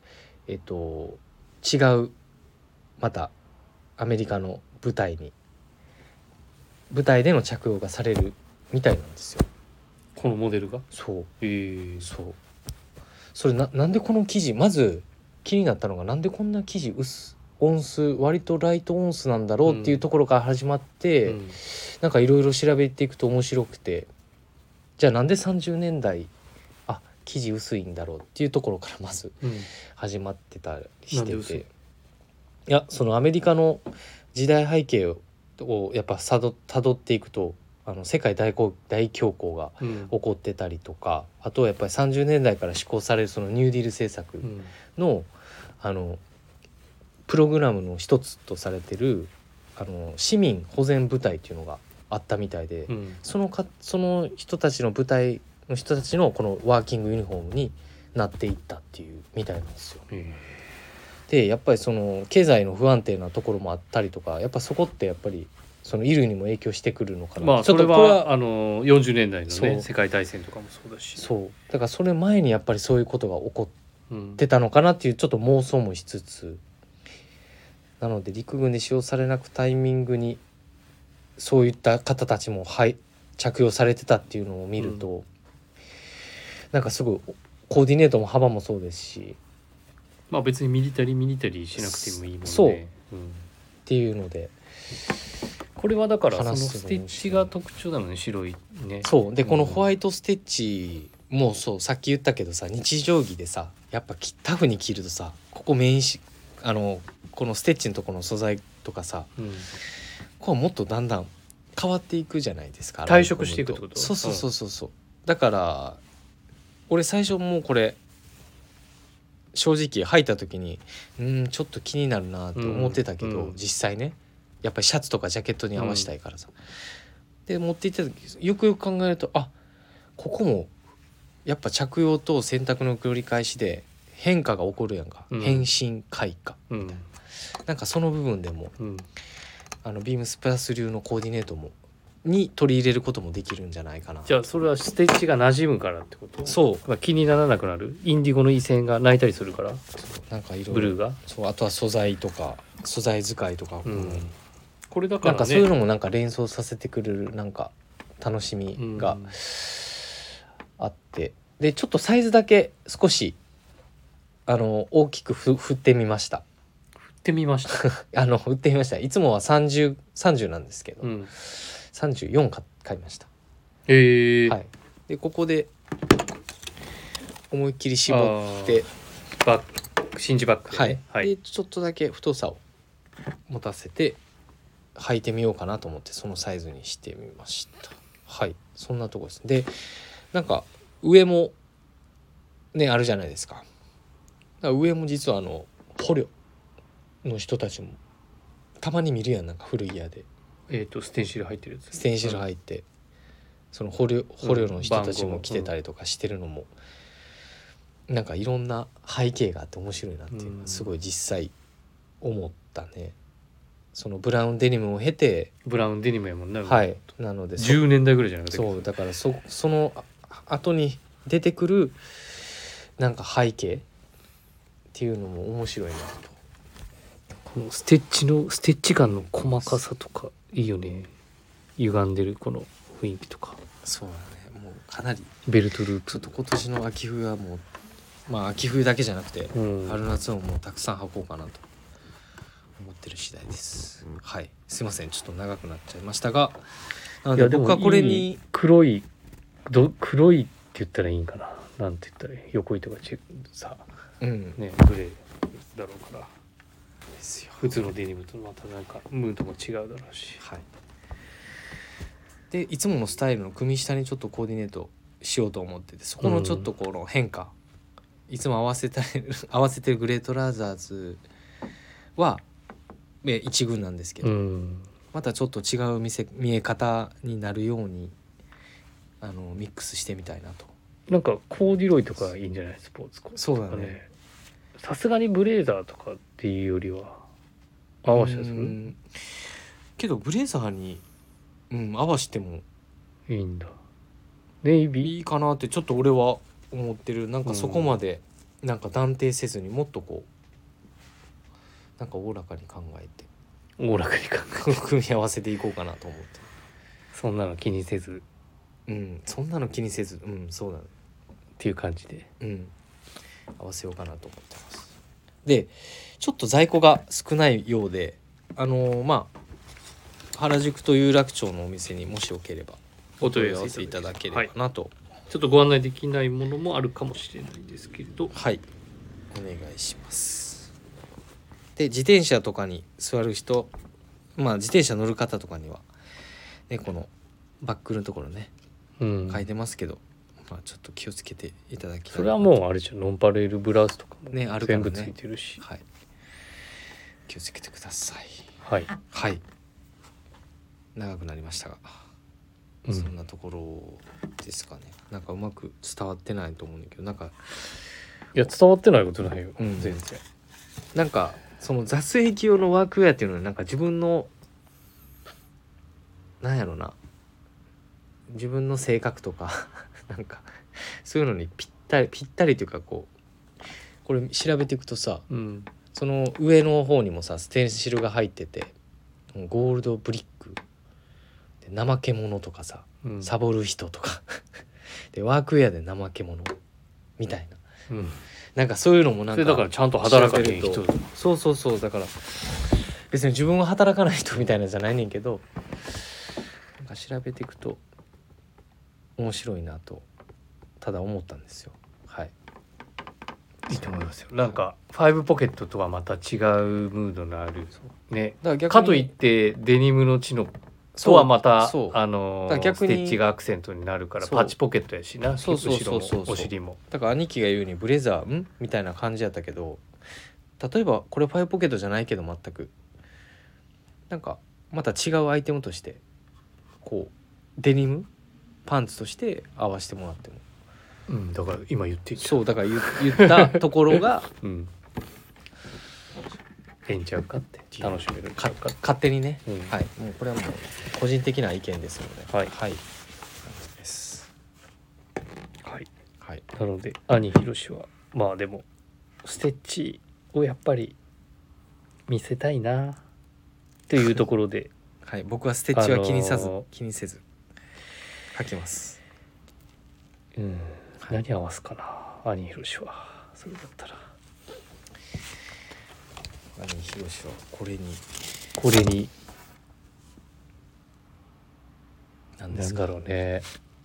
えっと違うまたアメリカの舞台に舞台での着用がされるみたいなんですよ。 このモデルが。 そう、 えー、 そうそれ な, なんでこの生地まず気になったのがなんでこんな生地薄音数割とライト音数なんだろうっていうところから始まって、うん、なんかいろいろ調べていくと面白くて、じゃあなんでさんじゅうねんだいあ生地薄いんだろうっていうところからまず始まってたりしてて、うん、いやそのアメリカの時代背景をやっぱたどっていくとあの世界 大, 大恐慌が起こってたりとか、うん、あとはやっぱりさんじゅうねんだいから施行されるそのニューディール政策の、うん、あのプログラムの一つとされてるあの市民保全部隊っていうのがあったみたいで、うん、そのかその人たちの部隊の人たちのこのワーキングユニフォームになっていったっていうみたいなんですよ。うん、でやっぱりその経済の不安定なところもあったりとか、やっぱそこってやっぱりその衣類にも影響してくるのかな。 まあそれは、それはあのよんじゅうねんだいのね世界大戦とかもそうだし、 そうだからそれ前にやっぱりそういうことが起こってたのかなっていうちょっと妄想もしつつ、なので陸軍で使用されなくタイミングにそういった方たちも、はい、着用されてたっていうのを見ると、うん、なんかすごいコーディネートも幅もそうですし、 まあ別にミリタリーミリタリーしなくてもいいもんね。 そう、うん、っていうのでこれはだからそのステッチが特徴なのね、白いね。 そうで、このホワイトステッチもそうさっき言ったけどさ、日常着でさやっぱタフに着るとさ、ここメインしあのこのステッチのところの素材とかさ、うん、こうもっとだんだん変わっていくじゃないですか。 退色していくってこと。 そうそうそうそうそう、うん、だから俺最初もうこれ正直履いた時にうんちょっと気になるなって思ってたけど、うん、実際ねやっぱりシャツとかジャケットに合わせたいからさ、うん、で持って行った時よくよく考えると、あここもやっぱ着用と洗濯の繰り返しで変化が起こるやんか、うん、変身開花みたいな、うん、なんかその部分でも、うん、あのビームスプラス流のコーディネートもに取り入れることもできるんじゃないかな。 じゃあそれはステッチが馴染むからってこと？ そう、 まあ、気にならなくなる。インディゴの異線が泣いたりするから、 なんか色々 ブルーがそう、あとは素材とか素材使いとか、うん、 これだから、ね、 なんかそういうのもなんか連想させてくれるなんか楽しみがあって、うん、でちょっとサイズだけ少しあの大きくふ振ってみました。 振ってみましたあの振ってみました。いつもはさんじゅう、さんじゅうなんですけど、うん、さんじゅうよん買いました。 へえ、 はい、でここで思いっきり絞ってバック真珠バッグで、ね、 はいはい、でちょっとだけ太さを持たせて履いてみようかなと思ってそのサイズにしてみました。はい、そんなとこです。でなんか上もねあるじゃないですか。だから上も実はあの捕虜の人たちもたまに見るやん、なんか古い家でえーとステンシル入ってるやつ、 ステンシル入って、うん、その捕虜、捕虜の人たちも来てたりとかしてるのも、うん、なんかいろんな背景があって面白いなっていうのはすごい実際思ったね。そのブラウンデニムを経てブラウンデニムやもんね。 はい、なのでじゅうねんだいぐらいじゃなくて、 そうだからそその後に出てくるなんか背景っていうのも面白いなと。 このステッチのステッチ感の細かさとかいいよね。歪んでるこの雰囲気とか。 そうだね、もうかなりベルトループ。 ちょっと今年の秋冬はもうまあ秋冬だけじゃなくて、うん、春夏をもうたくさん履こうかなと思ってる次第です、うん、はい、すいませんちょっと長くなっちゃいましたが、なので僕はこれにいい黒いど黒いって言ったらいいんかな、なんて言ったらいい、横糸がちさ、うんね、グレーだろうからですよ。普通のデニムとまたなんかムードも違うだろうし、 はい、でいつものスタイルの組下にちょっとコーディネートしようと思ってて、そこのちょっとこの変化、うん、いつも合わせた合わせてるグレートラザーズは一軍なんですけど、うん、またちょっと違う見せ見え方になるようにあのミックスしてみたいなと。 なんかコーディロイとかいいんじゃない、スポーツコートとかね。 そうだね。 さすがにブレーザーとかっていうよりは合わせたりするけどブレーザーに、うん、合わせてもいいんだ。ネイビーいいかなってちょっと俺は思ってる。なんかそこまでなんか断定せずにもっとこうなんかおおらかに考えておおらかに考えて組み合わせていこうかなと思って、 そんなの気にせず、 うん、そんなの気にせず、うん、そうだねっていう感じで、 うん、合わせようかなと思ってます。でちょっと在庫が少ないようで、あのー、まあ原宿と有楽町のお店にもしよければお問い合わせいただければなと、はい、 ちょっとご案内できないものもあるかもしれないですけれど、 はいお願いします。で自転車とかに座る人、まあ自転車乗る方とかには、ね、このバックルのところね、うん、書いてますけど、まあ、ちょっと気をつけていただきたい。 それはもうあれじゃん、ノンパレルブラウスとかもねあるからね、 全部ついてるし、 はい、気をつけてください。 はいはい長くなりましたが、うん、そんなところですかね。なんかうまく伝わってないと思うんだけど、なんかいや伝わってないことないよ、うん、全然。 なんかその雑液用のワークウェアっていうのはなんか自分のなんやろな自分の性格とかなんかそういうのにぴったりぴったりというか、こうこれ調べていくとさ、うん、その上の方にもさステンシルが入ってて、ゴールドブリックで怠け者とかさ、うん、サボる人とかでワークウェアで怠け者みたいな、うん、なんかそういうのもなんかそれだからちゃんと働かない人、 そうそうそう、だから別に自分は働かない人みたいなじゃないねんけど、なんか調べていくと面白いなとただ思ったんですよ。はい、 いいと思いますよ。なんかファイブポケットとはまた違うムードのあるね、だから逆にかといってデニムのチノとはまたあの逆にステッチがアクセントになるからパッチポケットやしな、 そうそうそうそう、 お尻も。 だから兄貴が言うにブレザーんみたいな感じやったけど、例えばこれファイブポケットじゃないけど全くなんかまた違うアイテムとしてこうデニムパンツとして合わせてもらっても、 うん、だから今言ってそうだから 言, 言ったところが、うん、 ええんちゃうかって楽しめるんちゃうか勝手にね、うん、はい、もうこれはもう個人的な意見ですので、はいはい、です、 はいはい、なので兄ひろしはまあでもステッチをやっぱり見せたいなというところではい、僕はステッチは気にさず、あのー、気にせず書きます。 うん、はい、何合わすかな兄ひろしは。それだったら兄ひろしはこれにこれに何ですか、 なんだろうね、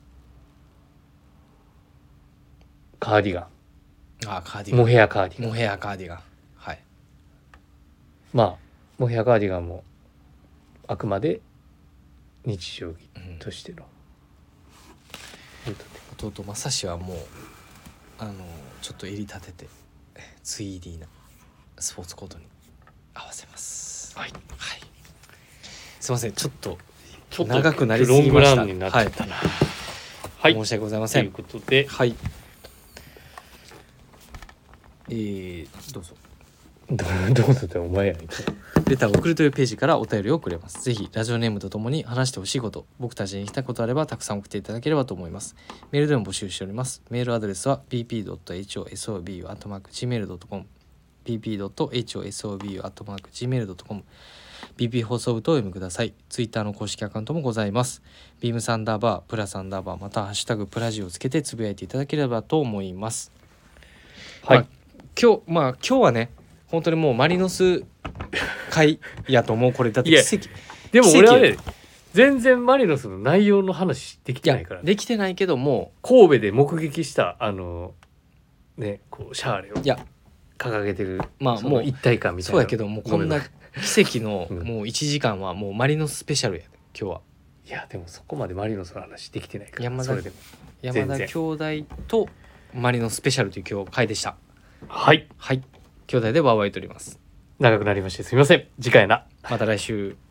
カーディガン、 あカーディガン、 モヘアカーディガン、 モヘアカーディガン、はい、 まあモヘアカーディガンもあくまで日常着としての、 うん、弟正志はもうあのちょっと襟立ててツイーディーなスポーツコートに合わせます。はい、はい、すいません、ちょっとちょっと長くなりすぎました。 ロングランになっちゃったな、 はい、申し訳ございません。 ということで、 はい、えー、どうぞどうぞってお前やねん。 レターを送るというページからお便りをくれます。ぜひラジオネームとともに話してほしいこと、僕たちに聞きたいことあればたくさん送っていただければと思います。メールでも募集しております。メールアドレスは ビーピードットエイチオーエスオービーユー アットマーク ジーメールドットコム ビーピードットエイチオーエスオービーユー アットマーク ジーメールドットコム ビーピー 放送部とお読みください。ツイッターの公式アカウントもございます。ビームサンダーバープラスアンダーバーまたハッシュタグプラジをつけてつぶやいていただければと思います。はい、まあ、今日まあ今日はね本当にもうマリノス回やと思う。これだって奇跡。 でも俺はね全然マリノスの内容の話できてないから、ね、 できてないけども神戸で目撃したあのねこうシャーレをいや掲げてる、 まあもう一体感みたいな。 そうやけどもうこんな奇跡のもういちじかんはもうマリノススペシャルや、ね、今日は。 いやでもそこまでマリノスの話できてないから。 山田それでも山田兄弟とマリノススペシャルという今日回でした。 はいはい、兄弟でワーワー言っております。 長くなりましてすみません。次回なまた来週。